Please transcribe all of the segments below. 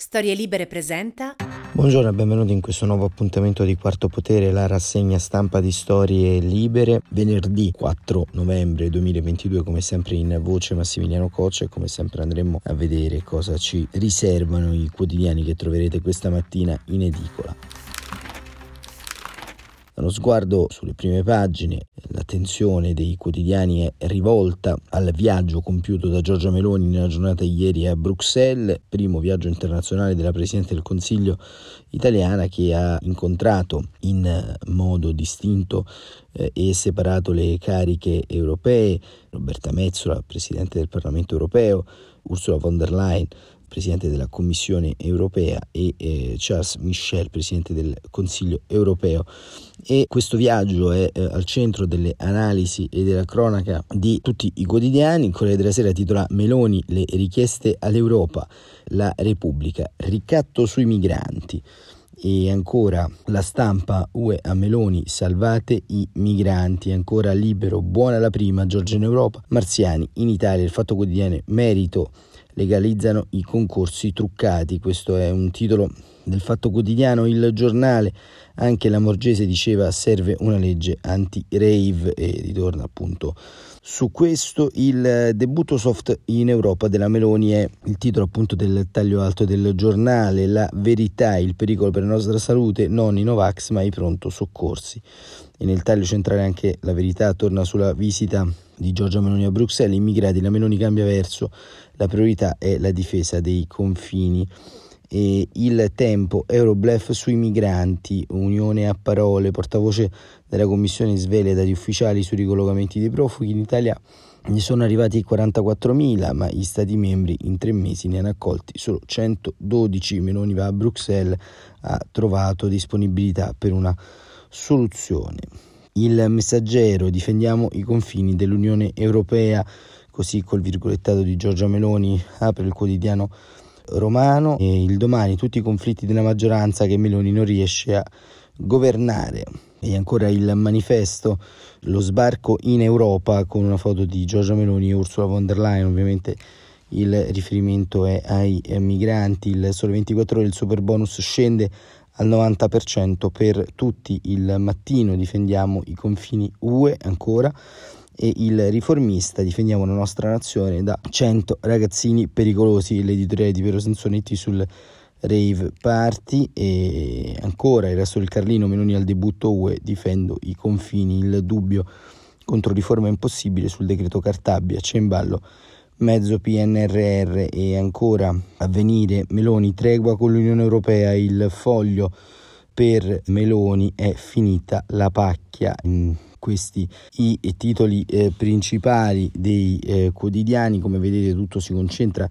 Storie Libere presenta. Buongiorno e benvenuti in questo nuovo appuntamento di Quarto Potere, la rassegna stampa di Storie Libere. Venerdì 4 novembre 2022, come sempre in voce Massimiliano Coccia, e come sempre andremo a vedere cosa ci riservano i quotidiani che troverete questa mattina in edicola. Uno sguardo sulle prime pagine, l'attenzione dei quotidiani è rivolta al viaggio compiuto da Giorgia Meloni nella giornata di ieri a Bruxelles, primo viaggio internazionale della Presidente del Consiglio italiana, che ha incontrato in modo distinto e separato le cariche europee: Roberta Metsola, Presidente del Parlamento europeo, Ursula von der Leyen, Presidente della Commissione europea, e Charles Michel, Presidente del Consiglio europeo. E questo viaggio è al centro delle analisi e della cronaca di tutti i quotidiani. Il Corriere della Sera titola: Meloni, le richieste all'Europa, la Repubblica, ricatto sui migranti. E ancora La Stampa: UE a Meloni, salvate i migranti. Ancora Libero: buona la prima, Giorgia in Europa, Marziani in Italia. Il Fatto Quotidiano: Merito, legalizzano i concorsi truccati. Questo è un titolo del Fatto Quotidiano. Il Giornale: anche la Lamorgese diceva serve una legge anti-rave, e ritorna appunto su questo. Il debutto soft in Europa della Meloni è il titolo appunto del taglio alto del Giornale. La Verità: il pericolo per la nostra salute, non i Novax ma i pronto soccorsi. E nel taglio centrale anche La Verità torna sulla visita di Giorgia Meloni a Bruxelles. Immigrati, la Meloni cambia verso, la priorità è la difesa dei confini. E Il Tempo: Eurobluff sui migranti, Unione a parole, portavoce della Commissione sveglia dagli ufficiali sui ricollocamenti dei profughi. In Italia ne sono arrivati 44.000, ma gli Stati membri in 3 mesi ne hanno accolti solo 112. Meloni va a Bruxelles, ha trovato disponibilità per una soluzione. Il Messaggero: difendiamo i confini dell'Unione Europea, così col virgolettato di Giorgia Meloni apre il quotidiano romano. E Il Domani: tutti i conflitti della maggioranza che Meloni non riesce a governare. E ancora Il Manifesto: lo sbarco in Europa, con una foto di Giorgia Meloni e Ursula von der Leyen. Ovviamente il riferimento è ai migranti. Il Sole 24 Ore: il superbonus scende al 90% per tutti. Il Mattino: difendiamo i confini UE. Ancora. E Il Riformista: difendiamo la nostra nazione da 100 ragazzini pericolosi. L'editoriale di Piero Sansonetti sul rave party. E ancora Il Resto del Carlino: Meloni al debutto UE, difendo i confini. Il Dubbio: contro riforma impossibile sul decreto Cartabia, c'è in ballo mezzo PNRR. E ancora Avvenire: Meloni, tregua con l'Unione Europea. Il Foglio: per Meloni è finita la pacchia. Questi i titoli principali dei quotidiani. Come vedete, tutto si concentra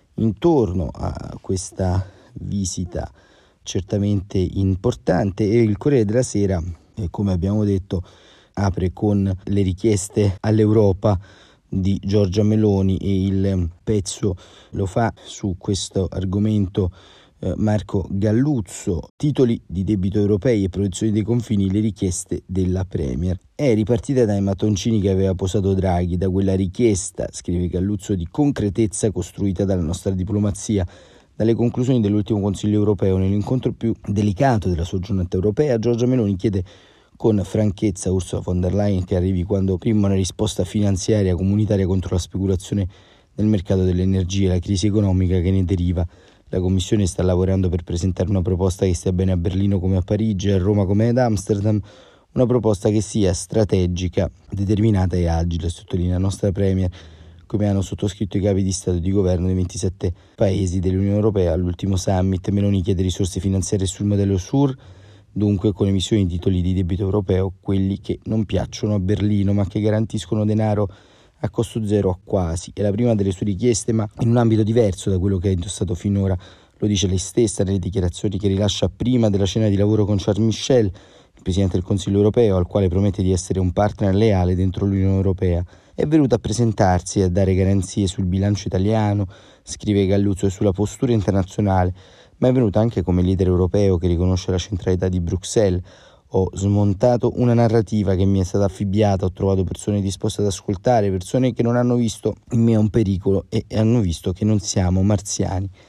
intorno a questa visita certamente importante. E il Corriere della Sera, come abbiamo detto, apre con le richieste all'Europa di Giorgia Meloni, e il pezzo lo fa su questo argomento Marco Galluzzo. Titoli di debito europei e protezione dei confini, le richieste della Premier. È ripartita dai mattoncini che aveva posato Draghi, da quella richiesta, scrive Galluzzo, di concretezza costruita dalla nostra diplomazia. Dalle conclusioni dell'ultimo Consiglio europeo, nell'incontro più delicato della sua giornata europea, Giorgia Meloni chiede con franchezza a Ursula von der Leyen che arrivi quando prima una risposta finanziaria comunitaria contro la speculazione nel mercato dell'energia e la crisi economica che ne deriva. La Commissione sta lavorando per presentare una proposta che stia bene a Berlino come a Parigi, a Roma come ad Amsterdam, una proposta che sia strategica, determinata e agile, sottolinea la nostra Premier, come hanno sottoscritto i capi di Stato e di Governo dei 27 paesi dell'Unione Europea all'ultimo summit. Meloni chiede risorse finanziarie sul modello SUR, dunque con emissioni di titoli di debito europeo, quelli che non piacciono a Berlino ma che garantiscono denaro a costo zero a quasi. È la prima delle sue richieste, ma in un ambito diverso da quello che ha indossato finora. Lo dice lei stessa nelle dichiarazioni che rilascia prima della cena di lavoro con Charles Michel, il Presidente del Consiglio europeo, al quale promette di essere un partner leale dentro l'Unione Europea. È venuta a presentarsi e a dare garanzie sul bilancio italiano, scrive Galluzzo, e sulla postura internazionale, ma è venuta anche come leader europeo che riconosce la centralità di Bruxelles. Ho smontato una narrativa che mi è stata affibbiata, ho trovato persone disposte ad ascoltare, persone che non hanno visto in me un pericolo e hanno visto che non siamo marziani.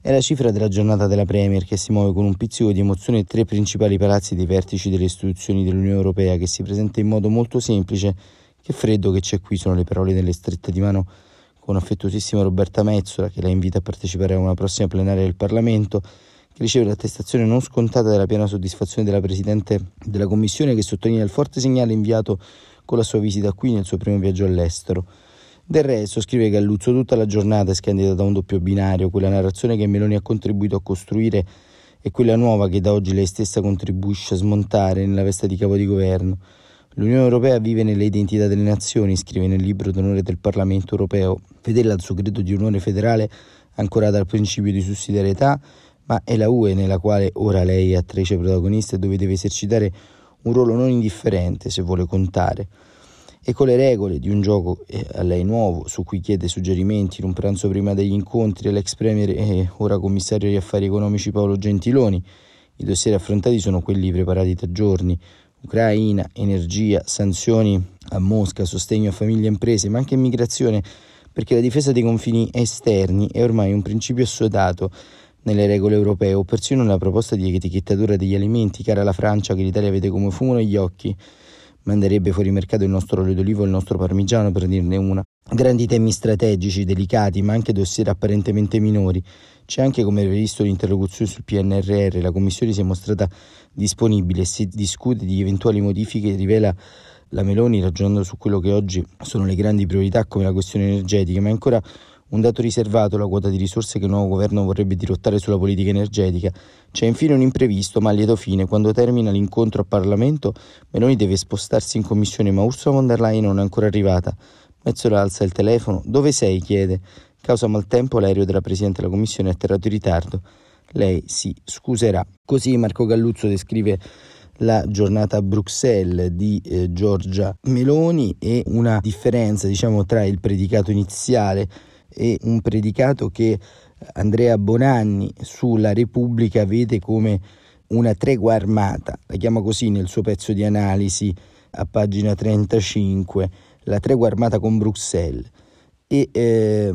È la cifra della giornata della Premier, che si muove con un pizzico di emozione tra i principali palazzi dei vertici delle istituzioni dell'Unione Europea, che si presenta in modo molto semplice. Che freddo che c'è qui, sono le parole nelle strette di mano con affettuosissima Roberta Metsola, che la invita a partecipare a una prossima plenaria del Parlamento, che riceve l'attestazione non scontata della piena soddisfazione della Presidente della Commissione, che sottolinea il forte segnale inviato con la sua visita qui nel suo primo viaggio all'estero. Del resto, scrive Galluzzo, tutta la giornata è scandita da un doppio binario, quella narrazione che Meloni ha contribuito a costruire e quella nuova che da oggi lei stessa contribuisce a smontare nella veste di capo di governo. L'Unione Europea vive nelle identità delle nazioni, scrive nel libro d'onore del Parlamento Europeo. Fedele al suo credo di unione federale ancorata al principio di sussidiarietà, ma è la UE nella quale ora lei è attrice protagonista e dove deve esercitare un ruolo non indifferente se vuole contare. E con le regole di un gioco a lei nuovo, su cui chiede suggerimenti in un pranzo prima degli incontri all'ex premier e ora commissario agli affari economici Paolo Gentiloni. I dossier affrontati sono quelli preparati da giorni: Ucraina, energia, sanzioni a Mosca, sostegno a famiglie e imprese, ma anche immigrazione, perché la difesa dei confini esterni è ormai un principio assodato nelle regole europee, o persino nella proposta di etichettatura degli alimenti, cara alla Francia, che l'Italia vede come fumo negli occhi. Manderebbe fuori mercato il nostro olio d'olivo e il nostro parmigiano, per dirne una. Grandi temi strategici, delicati, ma anche dossier apparentemente minori. C'è anche, come previsto, l'interlocuzione sul PNRR. La Commissione si è mostrata disponibile e si discute di eventuali modifiche, rivela la Meloni, ragionando su quello che oggi sono le grandi priorità come la questione energetica, ma è ancora un dato riservato la quota di risorse che il nuovo governo vorrebbe dirottare sulla politica energetica. C'è infine un imprevisto, ma a lieto fine. Quando termina l'incontro a Parlamento, Meloni deve spostarsi in commissione, ma Ursula von der Leyen non è ancora arrivata. Metsola alza il telefono. «Dove sei?» chiede. Causa maltempo, l'aereo della Presidente della Commissione è atterrato in ritardo. Lei si scuserà. Così Marco Galluzzo descrive la giornata a Bruxelles di Giorgia Meloni, e una differenza, tra il predicato iniziale e un predicato che Andrea Bonanni sulla Repubblica vede come una tregua armata. La chiama così nel suo pezzo di analisi a pagina 35, la tregua armata con Bruxelles. E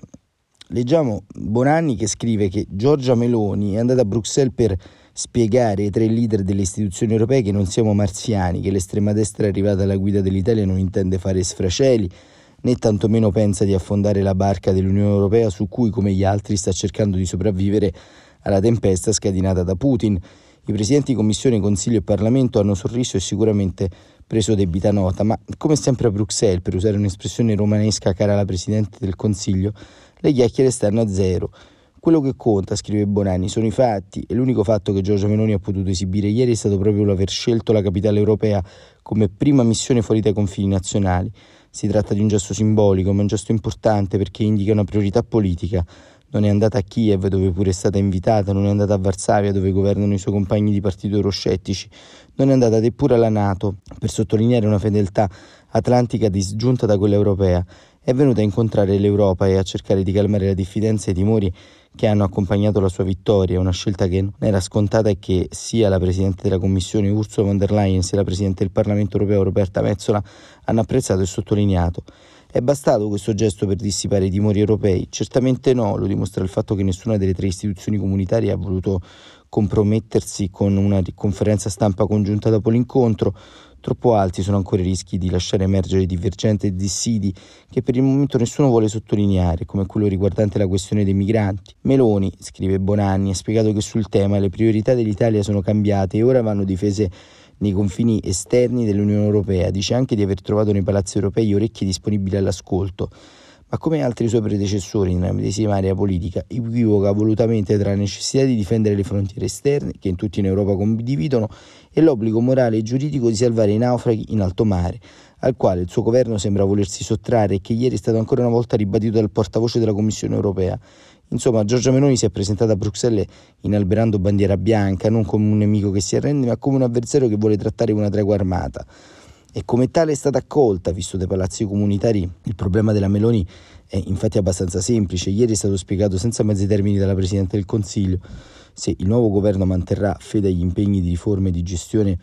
leggiamo Bonanni che scrive che Giorgia Meloni è andata a Bruxelles per spiegare ai 3 leader delle istituzioni europee che non siamo marziani, che l'estrema destra arrivata alla guida dell'Italia non intende fare sfraceli, né tantomeno pensa di affondare la barca dell'Unione Europea, su cui, come gli altri, sta cercando di sopravvivere alla tempesta scatenata da Putin. I presidenti di Commissione, Consiglio e Parlamento hanno sorriso e sicuramente preso debita nota, ma come sempre a Bruxelles, per usare un'espressione romanesca cara alla Presidente del Consiglio, le chiacchiere stanno a zero. Quello che conta, scrive Bonanni, sono i fatti, e l'unico fatto che Giorgia Meloni ha potuto esibire ieri è stato proprio l'aver scelto la capitale europea come prima missione fuori dai confini nazionali. Si tratta di un gesto simbolico, ma un gesto importante perché indica una priorità politica. Non è andata a Kiev, dove pure è stata invitata, non è andata a Varsavia, dove governano i suoi compagni di partito euroscettici, non è andata neppure alla NATO, per sottolineare una fedeltà atlantica disgiunta da quella europea. È venuta a incontrare l'Europa e a cercare di calmare la diffidenza e i timori che hanno accompagnato la sua vittoria, una scelta che non era scontata e che sia la Presidente della Commissione Ursula von der Leyen sia la Presidente del Parlamento Europeo Roberta Metsola hanno apprezzato e sottolineato. È bastato questo gesto per dissipare i timori europei? Certamente no, lo dimostra il fatto che nessuna delle 3 istituzioni comunitarie ha voluto compromettersi con una conferenza stampa congiunta dopo l'incontro. Troppo alti sono ancora i rischi di lasciare emergere divergenze e dissidi che per il momento nessuno vuole sottolineare, come quello riguardante la questione dei migranti. Meloni, scrive Bonanni, ha spiegato che sul tema le priorità dell'Italia sono cambiate e ora vanno difese nei confini esterni dell'Unione Europea. Dice anche di aver trovato nei palazzi europei orecchie disponibili all'ascolto, ma come altri suoi predecessori nella medesima area politica equivoca volutamente tra la necessità di difendere le frontiere esterne, che in tutti in Europa condividono, e l'obbligo morale e giuridico di salvare i naufraghi in alto mare, al quale il suo governo sembra volersi sottrarre e che ieri è stato ancora una volta ribadito dal portavoce della Commissione Europea. Insomma, Giorgia Meloni si è presentata a Bruxelles inalberando bandiera bianca, non come un nemico che si arrende, ma come un avversario che vuole trattare una tregua armata. E come tale è stata accolta, visto dai palazzi comunitari. Il problema della Meloni è infatti abbastanza semplice. Ieri è stato spiegato senza mezzi termini dalla Presidente del Consiglio. Se il nuovo governo manterrà fede agli impegni di riforme e di gestione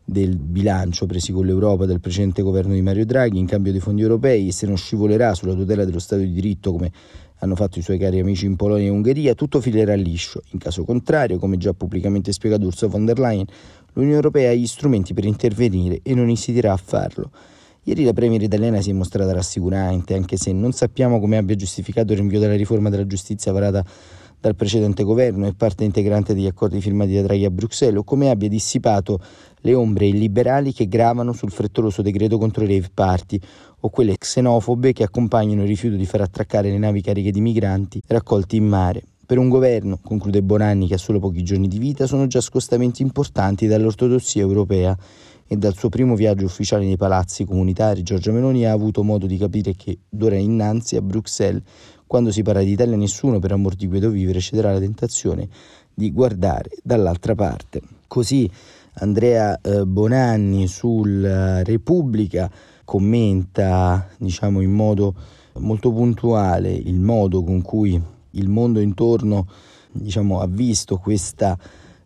del bilancio presi con l'Europa dal precedente governo di Mario Draghi in cambio dei fondi europei, e se non scivolerà sulla tutela dello Stato di diritto come hanno fatto i suoi cari amici in Polonia e Ungheria, tutto filerà liscio. In caso contrario, come già pubblicamente spiegato Ursula von der Leyen, l'Unione Europea ha gli strumenti per intervenire e non esiterà a farlo. Ieri la premier italiana si è mostrata rassicurante, anche se non sappiamo come abbia giustificato il rinvio della riforma della giustizia varata dal precedente governo e parte integrante degli accordi firmati da Draghi a Bruxelles, o come abbia dissipato le ombre illiberali che gravano sul frettoloso decreto contro i rave party o quelle xenofobe che accompagnano il rifiuto di far attraccare le navi cariche di migranti raccolti in mare. Per un governo, conclude Bonanni, che ha solo pochi giorni di vita, sono già scostamenti importanti dall'ortodossia europea, e dal suo primo viaggio ufficiale nei palazzi comunitari Giorgia Meloni ha avuto modo di capire che d'ora innanzi a Bruxelles, quando si parla di Italia, nessuno per amor di quieto vivere cederà alla tentazione di guardare dall'altra parte. Così Andrea Bonanni sul Repubblica commenta, in modo molto puntuale il modo con cui il mondo intorno ha visto questa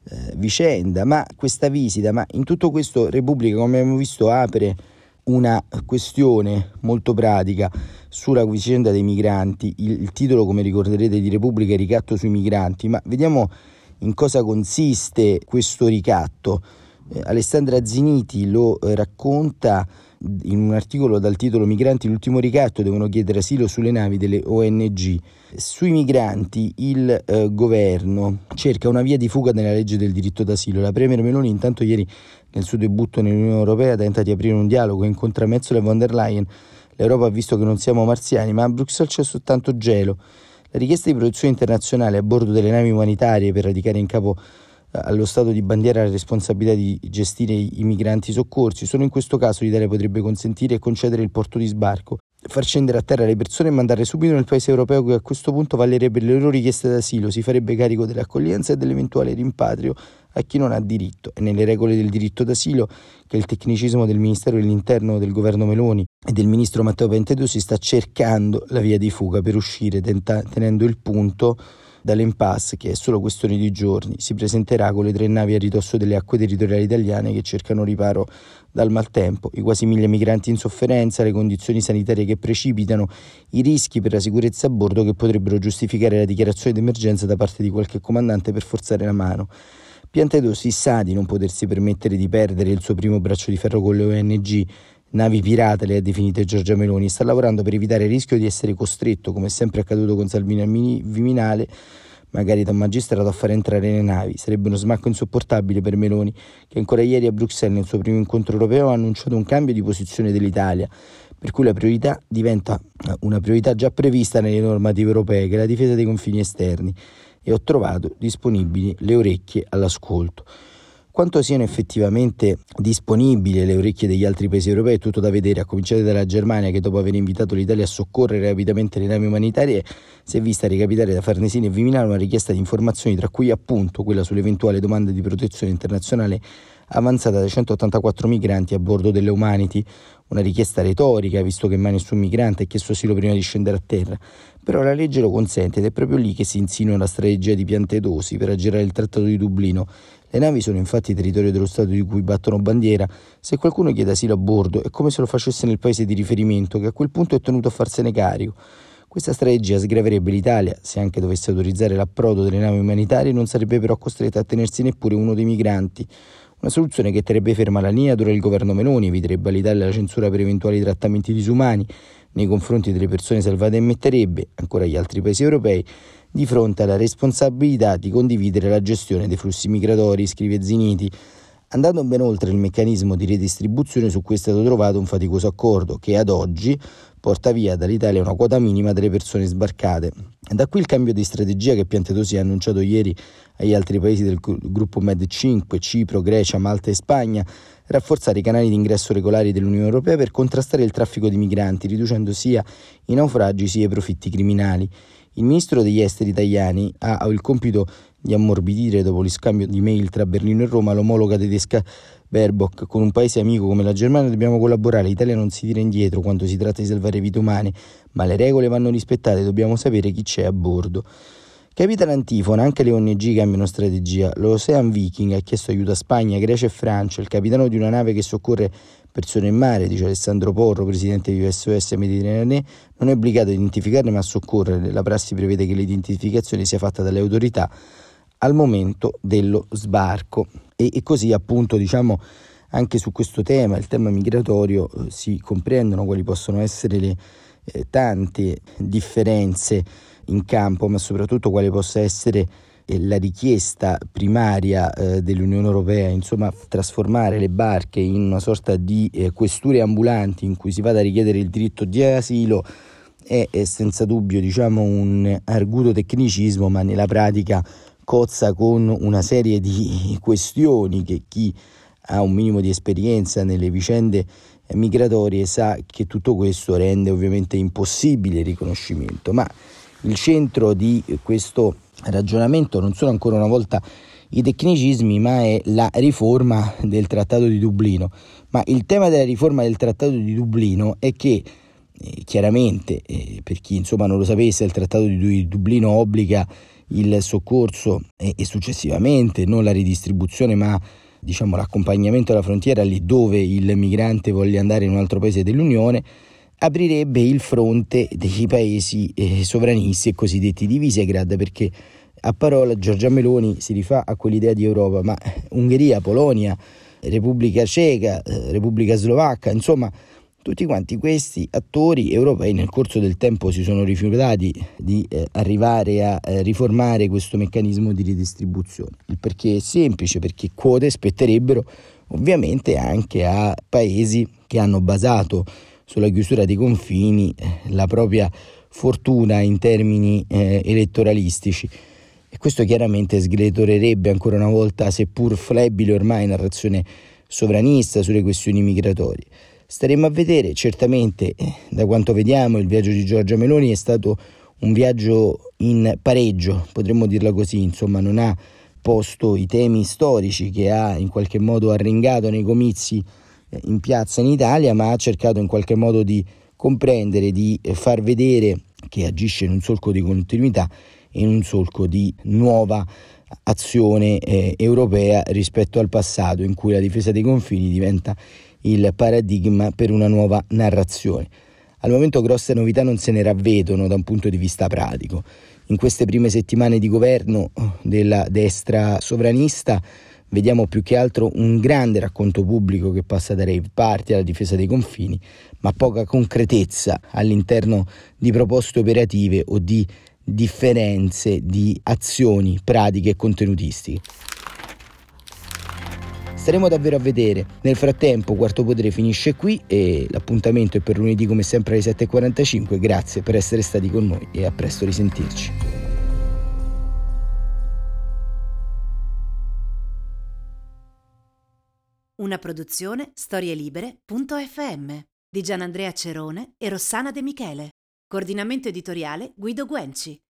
vicenda, ma questa visita, ma in tutto questo Repubblica, come abbiamo visto, apre una questione molto pratica sulla vicenda dei migranti. Il titolo, come ricorderete, di Repubblica è Ricatto sui migranti, ma vediamo in cosa consiste questo ricatto. Alessandra Ziniti lo racconta in un articolo dal titolo Migranti l'ultimo ricatto, devono chiedere asilo sulle navi delle ONG. Sui migranti il governo cerca una via di fuga nella legge del diritto d'asilo. La premier Meloni intanto ieri nel suo debutto nell'Unione Europea tenta di aprire un dialogo in contramezzo von der Leyen. L'Europa ha visto che non siamo marziani, ma a Bruxelles c'è soltanto gelo. La richiesta di protezione internazionale a bordo delle navi umanitarie per radicare in capo allo Stato di bandiera la responsabilità di gestire i migranti soccorsi. Solo in questo caso l'Italia potrebbe consentire e concedere il porto di sbarco, far scendere a terra le persone e mandarle subito nel paese europeo, che a questo punto vaglierebbe le loro richieste d'asilo, si farebbe carico dell'accoglienza e dell'eventuale rimpatrio a chi non ha diritto. E nelle regole del diritto d'asilo, che è il tecnicismo del Ministero dell'Interno del governo Meloni e del ministro Matteo Piantedosi, sta cercando la via di fuga per uscire, tenendo il punto dall'impasse che è solo questione di giorni. Si presenterà con le 3 navi a ridosso delle acque territoriali italiane che cercano riparo dal maltempo, i quasi 1000 migranti in sofferenza, le condizioni sanitarie che precipitano, i rischi per la sicurezza a bordo che potrebbero giustificare la dichiarazione d'emergenza da parte di qualche comandante per forzare la mano. Piantedosi sa di non potersi permettere di perdere il suo primo braccio di ferro con le ONG, navi pirata le ha definite Giorgia Meloni, sta lavorando per evitare il rischio di essere costretto, come è sempre accaduto con Salvini al Viminale, magari da un magistrato, a far entrare le navi. Sarebbe uno smacco insopportabile per Meloni, che ancora ieri a Bruxelles, nel suo primo incontro europeo, ha annunciato un cambio di posizione dell'Italia, per cui la priorità diventa una priorità già prevista nelle normative europee, che è la difesa dei confini esterni, e ho trovato disponibili le orecchie all'ascolto. Quanto siano effettivamente disponibili le orecchie degli altri paesi europei è tutto da vedere, a cominciare dalla Germania, che dopo aver invitato l'Italia a soccorrere rapidamente le navi umanitarie si è vista recapitare da Farnesini e Viminale una richiesta di informazioni, tra cui appunto quella sull'eventuale domanda di protezione internazionale avanzata dai 184 migranti a bordo delle Humanity, una richiesta retorica visto che mai nessun migrante ha chiesto asilo prima di scendere a terra, però la legge lo consente ed è proprio lì che si insinua la strategia di Piantedosi per aggirare il Trattato di Dublino. Le navi sono infatti territorio dello Stato di cui battono bandiera. Se qualcuno chiede asilo a bordo è come se lo facesse nel paese di riferimento, che a quel punto è tenuto a farsene carico. Questa strategia sgraverebbe l'Italia. Se anche dovesse autorizzare l'approdo delle navi umanitarie, non sarebbe però costretta a tenersi neppure uno dei migranti. Una soluzione che terrebbe ferma la linea dura il governo Meloni, eviterebbe all'Italia la censura per eventuali trattamenti disumani nei confronti delle persone salvate e metterebbe ancora gli altri paesi europei di fronte alla responsabilità di condividere la gestione dei flussi migratori, scrive Ziniti. Andando ben oltre il meccanismo di redistribuzione, su cui è stato trovato un faticoso accordo che ad oggi porta via dall'Italia una quota minima delle persone sbarcate. Da qui il cambio di strategia che Piantedosi ha annunciato ieri agli altri paesi del gruppo Med 5, Cipro, Grecia, Malta e Spagna, rafforzare i canali di ingresso regolari dell'Unione Europea per contrastare il traffico di migranti, riducendo sia i naufragi sia i profitti criminali. Il ministro degli esteri Tajani ha il compito di ammorbidire, dopo l'iscambio di mail tra Berlino e Roma, l'omologa tedesca Baerbock. Con un paese amico come la Germania dobbiamo collaborare, l'Italia non si tira indietro quando si tratta di salvare vite umane, ma le regole vanno rispettate, dobbiamo sapere chi c'è a bordo. Capita l'antifona, anche le ONG cambiano strategia. L'Ocean Viking ha chiesto aiuto a Spagna, Grecia e Francia. Il capitano di una nave che soccorre persone in mare, dice Alessandro Porro, presidente di SOS Mediterranee, non è obbligato a identificarle ma a soccorrere. La prassi prevede che l'identificazione sia fatta dalle autorità al momento dello sbarco. E così appunto, diciamo, anche su questo tema, il tema migratorio, si comprendono quali possono essere le tante differenze in campo, ma soprattutto quale possa essere la richiesta primaria dell'Unione Europea, insomma trasformare le barche in una sorta di questure ambulanti in cui si vada a richiedere il diritto di asilo è senza dubbio, diciamo, un arguto tecnicismo, ma nella pratica cozza con una serie di questioni che chi ha un minimo di esperienza nelle vicende migratorie sa che tutto questo rende ovviamente impossibile il riconoscimento. Ma il centro di questo ragionamento non sono ancora una volta i tecnicismi, ma è la riforma del Trattato di Dublino. Ma il tema della riforma del Trattato di Dublino è che chiaramente, per chi insomma non lo sapesse, il Trattato di Dublino obbliga il soccorso e successivamente non la ridistribuzione, ma diciamo l'accompagnamento alla frontiera lì dove il migrante voglia andare in un altro paese dell'Unione, aprirebbe il fronte dei paesi sovranisti e cosiddetti di Visegrad, perché a parola Giorgia Meloni si rifà a quell'idea di Europa, ma Ungheria, Polonia, Repubblica Ceca, Repubblica Slovacca, insomma tutti quanti questi attori europei nel corso del tempo si sono rifiutati di arrivare a riformare questo meccanismo di ridistribuzione. Il perché è semplice, perché quote spetterebbero ovviamente anche a paesi che hanno basato sulla chiusura dei confini la propria fortuna in termini elettoralistici, e questo chiaramente sgretorerebbe ancora una volta, seppur flebile ormai, narrazione sovranista sulle questioni migratorie. Staremo a vedere. Certamente da quanto vediamo il viaggio di Giorgia Meloni è stato un viaggio in pareggio, potremmo dirla così, insomma non ha posto i temi storici che ha in qualche modo arringato nei comizi in piazza in Italia, ma ha cercato in qualche modo di comprendere, di far vedere che agisce in un solco di continuità e in un solco di nuova azione europea rispetto al passato, in cui la difesa dei confini diventa il paradigma per una nuova narrazione. Al momento grosse novità non se ne ravvedono da un punto di vista pratico. In queste prime settimane di governo della destra sovranista vediamo più che altro un grande racconto pubblico che passa da rave party alla difesa dei confini, ma poca concretezza all'interno di proposte operative o di differenze di azioni pratiche e contenutistiche. Staremo davvero a vedere. Nel frattempo Quarto Potere finisce qui e l'appuntamento è per lunedì come sempre alle 7:45. Grazie per essere stati con noi e a presto risentirci. Una produzione storielibere.fm di Gianandrea Cerone e Rossana De Michele. Coordinamento editoriale Guido Guenci.